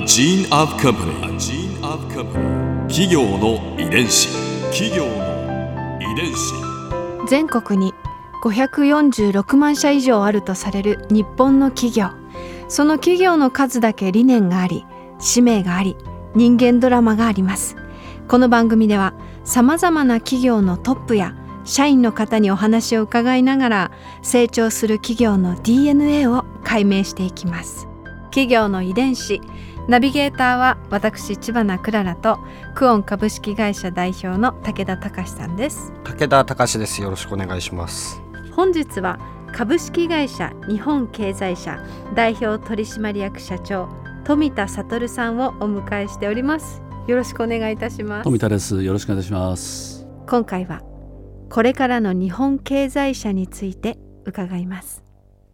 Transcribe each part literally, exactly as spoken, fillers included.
gene of company. A gene of company. 企業の遺伝子。企業の遺伝子。 全国にごひゃくよんじゅうろくまんしゃ以上あるとされる日本の企業。その企業の数だけ理念があり、使命があり、人間ドラマがあります。この番組ではさまざまな企業のトップや社員の方にお話を伺いながら、成長する企業の ディーエヌエー を解明していきます。企業の遺伝子。ナビゲーターは私知花くららとクオン株式会社代表の武田隆さんです。 武田隆です。よろしくお願いします。 本日は株式会社日本経済社代表取締役社長富田悟さんをお迎えしております。よろしくお願いいたします。 富田です。よろしくお願いします。 今回はこれからの日本経済社について伺います。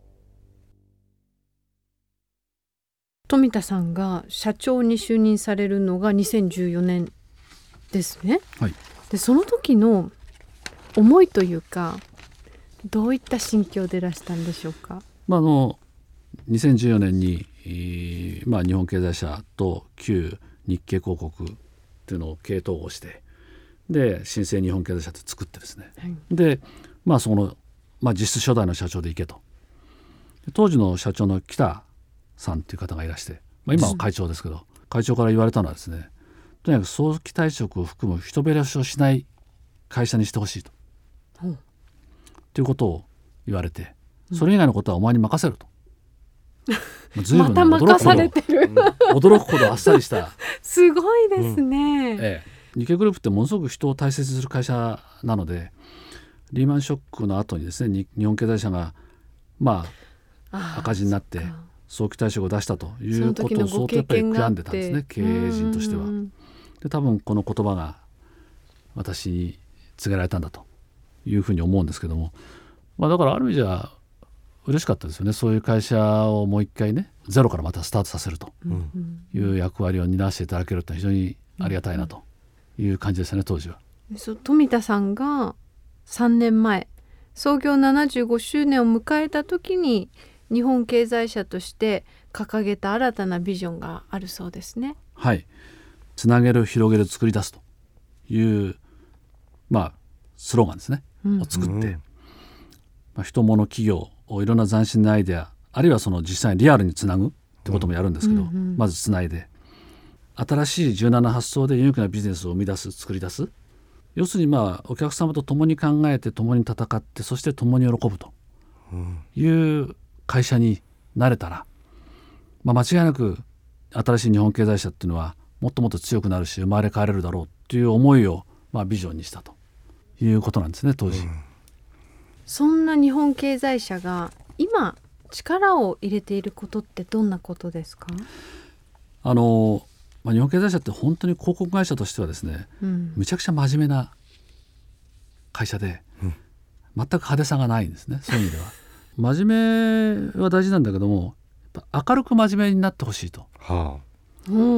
富田さんが社長に就任されるのがにせんじゅうよねんですね、 はい、でその時の思いというか、どういった心境でいらしたんでしょうか。 まあ、あのにせんじゅうよねんに、えーまあ、日本経済社と旧日経広告っていうのを経統合して、で新生日本経済社って作ってですね、はい、で、まあそのまあ、実質初代の社長で行けと。当時の社長の北さんっていう方がいらして、まあ、今は会長ですけど、会長から言われたのはですね、とにかく早期退職を含む人減らしをしない会社にしてほしいと、うん、ということを言われて、それ以外のことはお前に任せると、うん、随分、ね、 また任されてる驚くほどあっさりしたすごいですね、 うんええ、日経グループってものすごく人を大切にする会社なので、リーマンショックの後にですね、日本経済社がまあ赤字になって早期退職を出したということを相当やっぱり悔やんでたんですね、経営陣としては。で多分この言葉が私に告げられたんだというふうに思うんですけども、まあ、だからある意味じゃ嬉しかったですよね。そういう会社をもう一回ね、ゼロからまたスタートさせるという役割を担わせていただけると非常にありがたいなという感じでしたね、当時は。 そう、富田さんがさんねんまえ創業ななじゅうごしゅうねんを迎えた時に日本経済社として掲げた新たなビジョンがあるそうですね。 はい、つなげる、広げる、作り出すという、まあ、スローガンですね、うん、を作って、まあ、人物企業をいろんな斬新なアイデア、あるいはその実際にリアルにつなぐってこともやるんですけど、うんうんうん、まずつないで新しい柔軟な発想でユニークなビジネスを生み出す、作り出す、要するにまあお客様と共に考えて、共に戦って、そして共に喜ぶという会社になれたら、まあ、間違いなく新しい日本経済社っていうのはもっともっと強くなるし、生まれ変われるだろうっていう思いをまあビジョンにしたということなんですね、当時、うん、 そんな日本経済社が今力を入れていることってどんなことですか。 あの、まあ、日本経済社って本当に広告会社としてはですね、うん、めちゃくちゃ真面目な会社で、うん、全く派手さがないんですね。そういう意味では真面目は大事なんだけども、やっぱ明るく真面目になってほしいと、はあ、うん、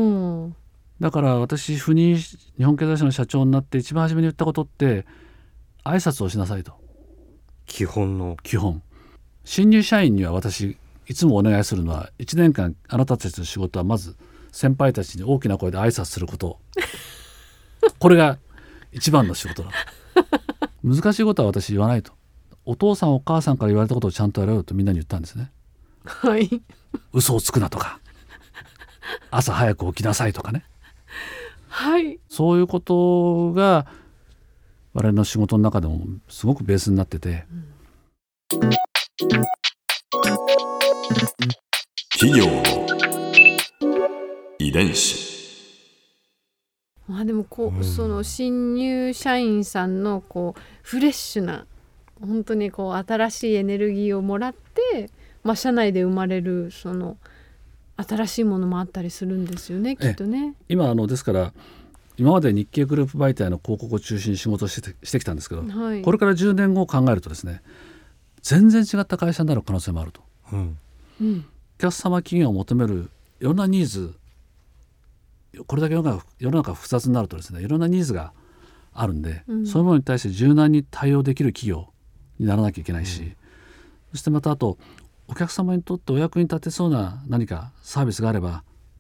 だから私赴任日本経済社の社長になって一番初めに言ったことって、挨拶をしなさいと。 基本の基本。新入社員には私いつもお願いするのは、いちねんかんあなたたちの仕事はまず先輩たちに大きな声で挨拶することこれが一番の仕事だ難しいことは私言わないと。お父さんお母さんから言われたことをちゃんとやろうとみんなに言ったんですね。 はい。 嘘をつくなとか朝早く起きなさいとかね、 はい、そういうことが我々の仕事の中でもすごくベースになってて、うん、 企業の遺伝子。 まあ、でもこう、うん、その新入社員さんのこうフレッシュな本当にこう新しいエネルギーをもらって、まあ、社内で生まれるその新しいものもあったりするんですよね、きっとね。 今あのですから今まで日経グループ媒体の広告を中心に仕事をして、してきたんですけど、はい、これからじゅうねんごを考えるとですね、全然違った会社になる可能性もあると、うんうん、お客様企業を求めるいろんなニーズ、これだけ世の中、世の中複雑になるとですね、いろんなニーズがあるんで、うん、そういうものに対して柔軟に対応できる企業にならなきゃいけないし、うん、そしてまたあとお客様にとってお役に立てそうな何かサービスがあれば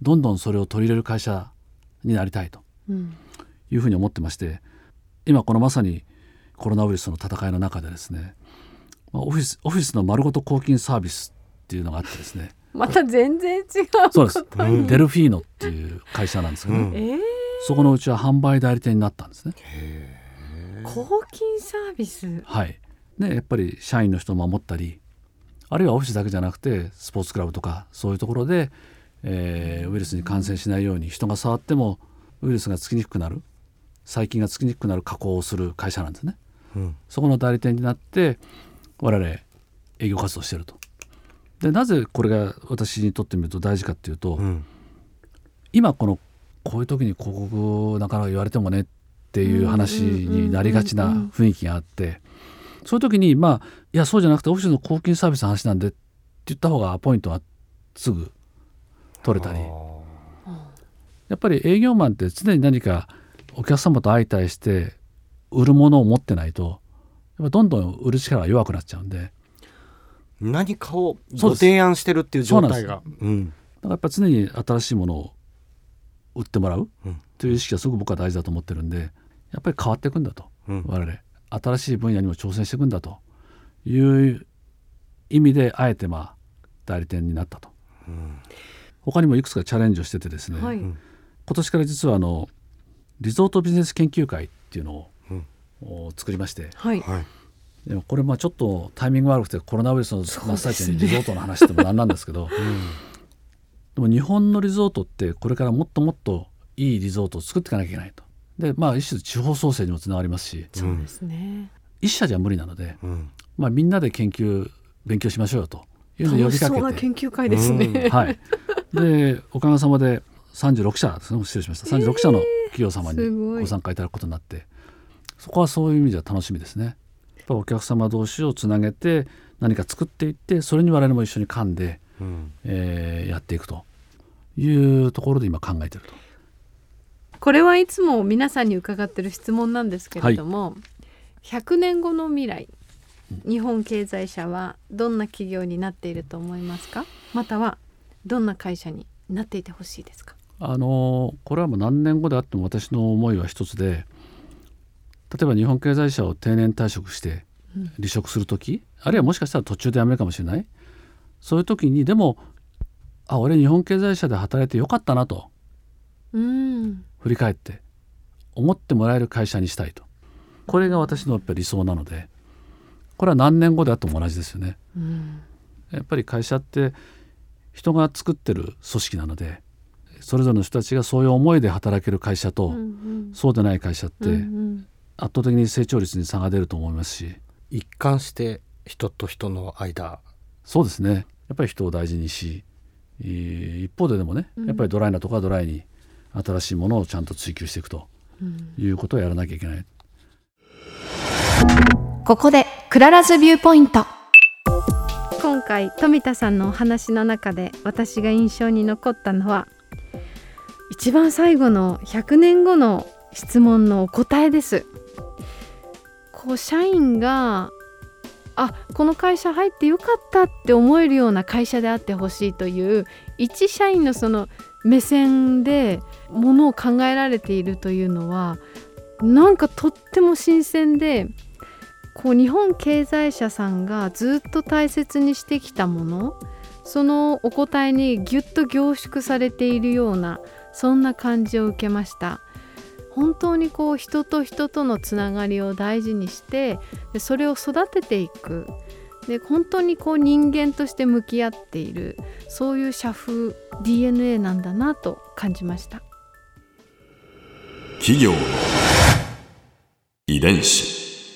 どんどんそれを取り入れる会社になりたいというふうに思ってまして、今このまさにコロナウイルスの戦いの中でですね、オフィス、オフィスの丸ごと抗菌サービスっていうのがあってですね、 また全然違うそうです、 ことに、 デルフィーノっていう会社なんですけど、 うんえー、 そこのうちは販売代理店になったんですね。 抗菌サービス、 はいね、やっぱり社員の人を守ったり、あるいはオフィスだけじゃなくてスポーツクラブとかそういうところで、えー、ウイルスに感染しないように、人が触ってもウイルスがつきにくくなる、細菌がつきにくくなる加工をする会社なんですね、うん、そこの代理店になって我々営業活動していると。でなぜこれが私にとってみると大事かっていうと、うん、今このこういう時に広告なかなか言われてもねっていう話になりがちな雰囲気があって、そういう時にまあいやそうじゃなくてオフィスの抗菌サービスの話なんでって言った方がアポイントはすぐ取れたり、やっぱり営業マンって常に何かお客様と相対して売るものを持ってないとやっぱどんどん売る力が弱くなっちゃうんで、 何かをご提案してるっていう状態が、うん、 だからやっぱ常に新しいものを売ってもらうという意識がすごく僕は大事だと思ってるんで、やっぱり変わっていくんだと、うん、我々新しい分野にも挑戦していくんだという意味であえてまあ代理店になったと、うん、他にもいくつかチャレンジをしててですね、はい、今年から実はあのリゾートビジネス研究会っていうのを、うん、作りまして、はい、でもこれまあちょっとタイミング悪くてコロナウイルスの真っ最中にリゾートの話ってもなんなんですけど、うん、でも日本のリゾートってこれからもっともっといいリゾートを作っていかなきゃいけないと。でまあ一種地方創生にもつながりますし、 そうですね、 一社じゃ無理なので、うんまあ、みんなで研究勉強しましょうよというのを呼びかけて、 楽しそうな研究会ですね、 うんはい、でおかげさまでさんじゅうろくしゃですね、失礼しました、さんじゅうろくしゃの企業様にご参加いただくことになって、そこはそういう意味では楽しみですね。やっぱお客様同士をつなげて何か作っていって、それに我々も一緒に噛んで、うんえー、やっていくというところで今考えていると。 これはいつも皆さんに伺っている質問なんですけれども、はい、ひゃくねんごの未来、日本経済社はどんな企業になっていると思いますか？またはどんな会社になっていてほしいですか？ あのこれはもう何年後であっても私の思いは一つで、例えば日本経済社を定年退職して離職するとき、うん、あるいはもしかしたら途中で辞めるかもしれない、そういう時にでもあ俺日本経済社で働いてよかったなと、うん振り返って思ってもらえる会社にしたいと、これが私のやっぱり理想なので、これは何年後であっても同じですよね、うん、やっぱり会社って人が作ってる組織なので、それぞれの人たちがそういう思いで働ける会社と、うんうん、そうでない会社って圧倒的に成長率に差が出ると思いますし、 一貫して人と人の間、 そうですね、やっぱり人を大事にし、一方ででもね、やっぱりドライなところはドライに新しいものをちゃんと追求していくということをやらなきゃいけない、うん、 ここでクララズビューポイント。今回富田さんのお話の中で私が印象に残ったのは一番最後のひゃくねんごの質問のお答えです。こう社員があこの会社入ってよかったって思えるような会社であってほしいという一社員のその目線でものを考えられているというのはなんかとっても新鮮で、こう日本経済社さんがずっと大切にしてきたもの、そのお答えにぎゅっと凝縮されているような、そんな感じを受けました。本当にこう人と人とのつながりを大事にして、でそれを育てていく、で本当にこう人間として向き合っている、そういう社風 ディーエヌエー なんだなと感じました。 企業の遺伝子。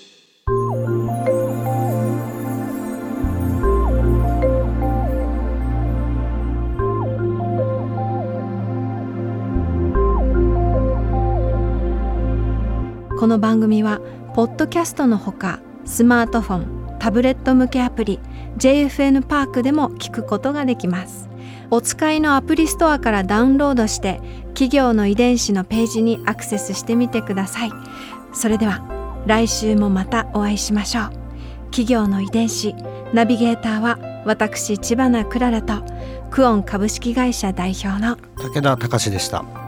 この番組はポッドキャストのほかスマートフォン、タブレット向けアプリ ジェイエフエヌ パークでも聞くことができます。お使いのアプリストアからダウンロードして企業の遺伝子のページにアクセスしてみてください。それでは来週もまたお会いしましょう。企業の遺伝子ナビゲーターは私千葉なクララとクオン株式会社代表の武田隆でした。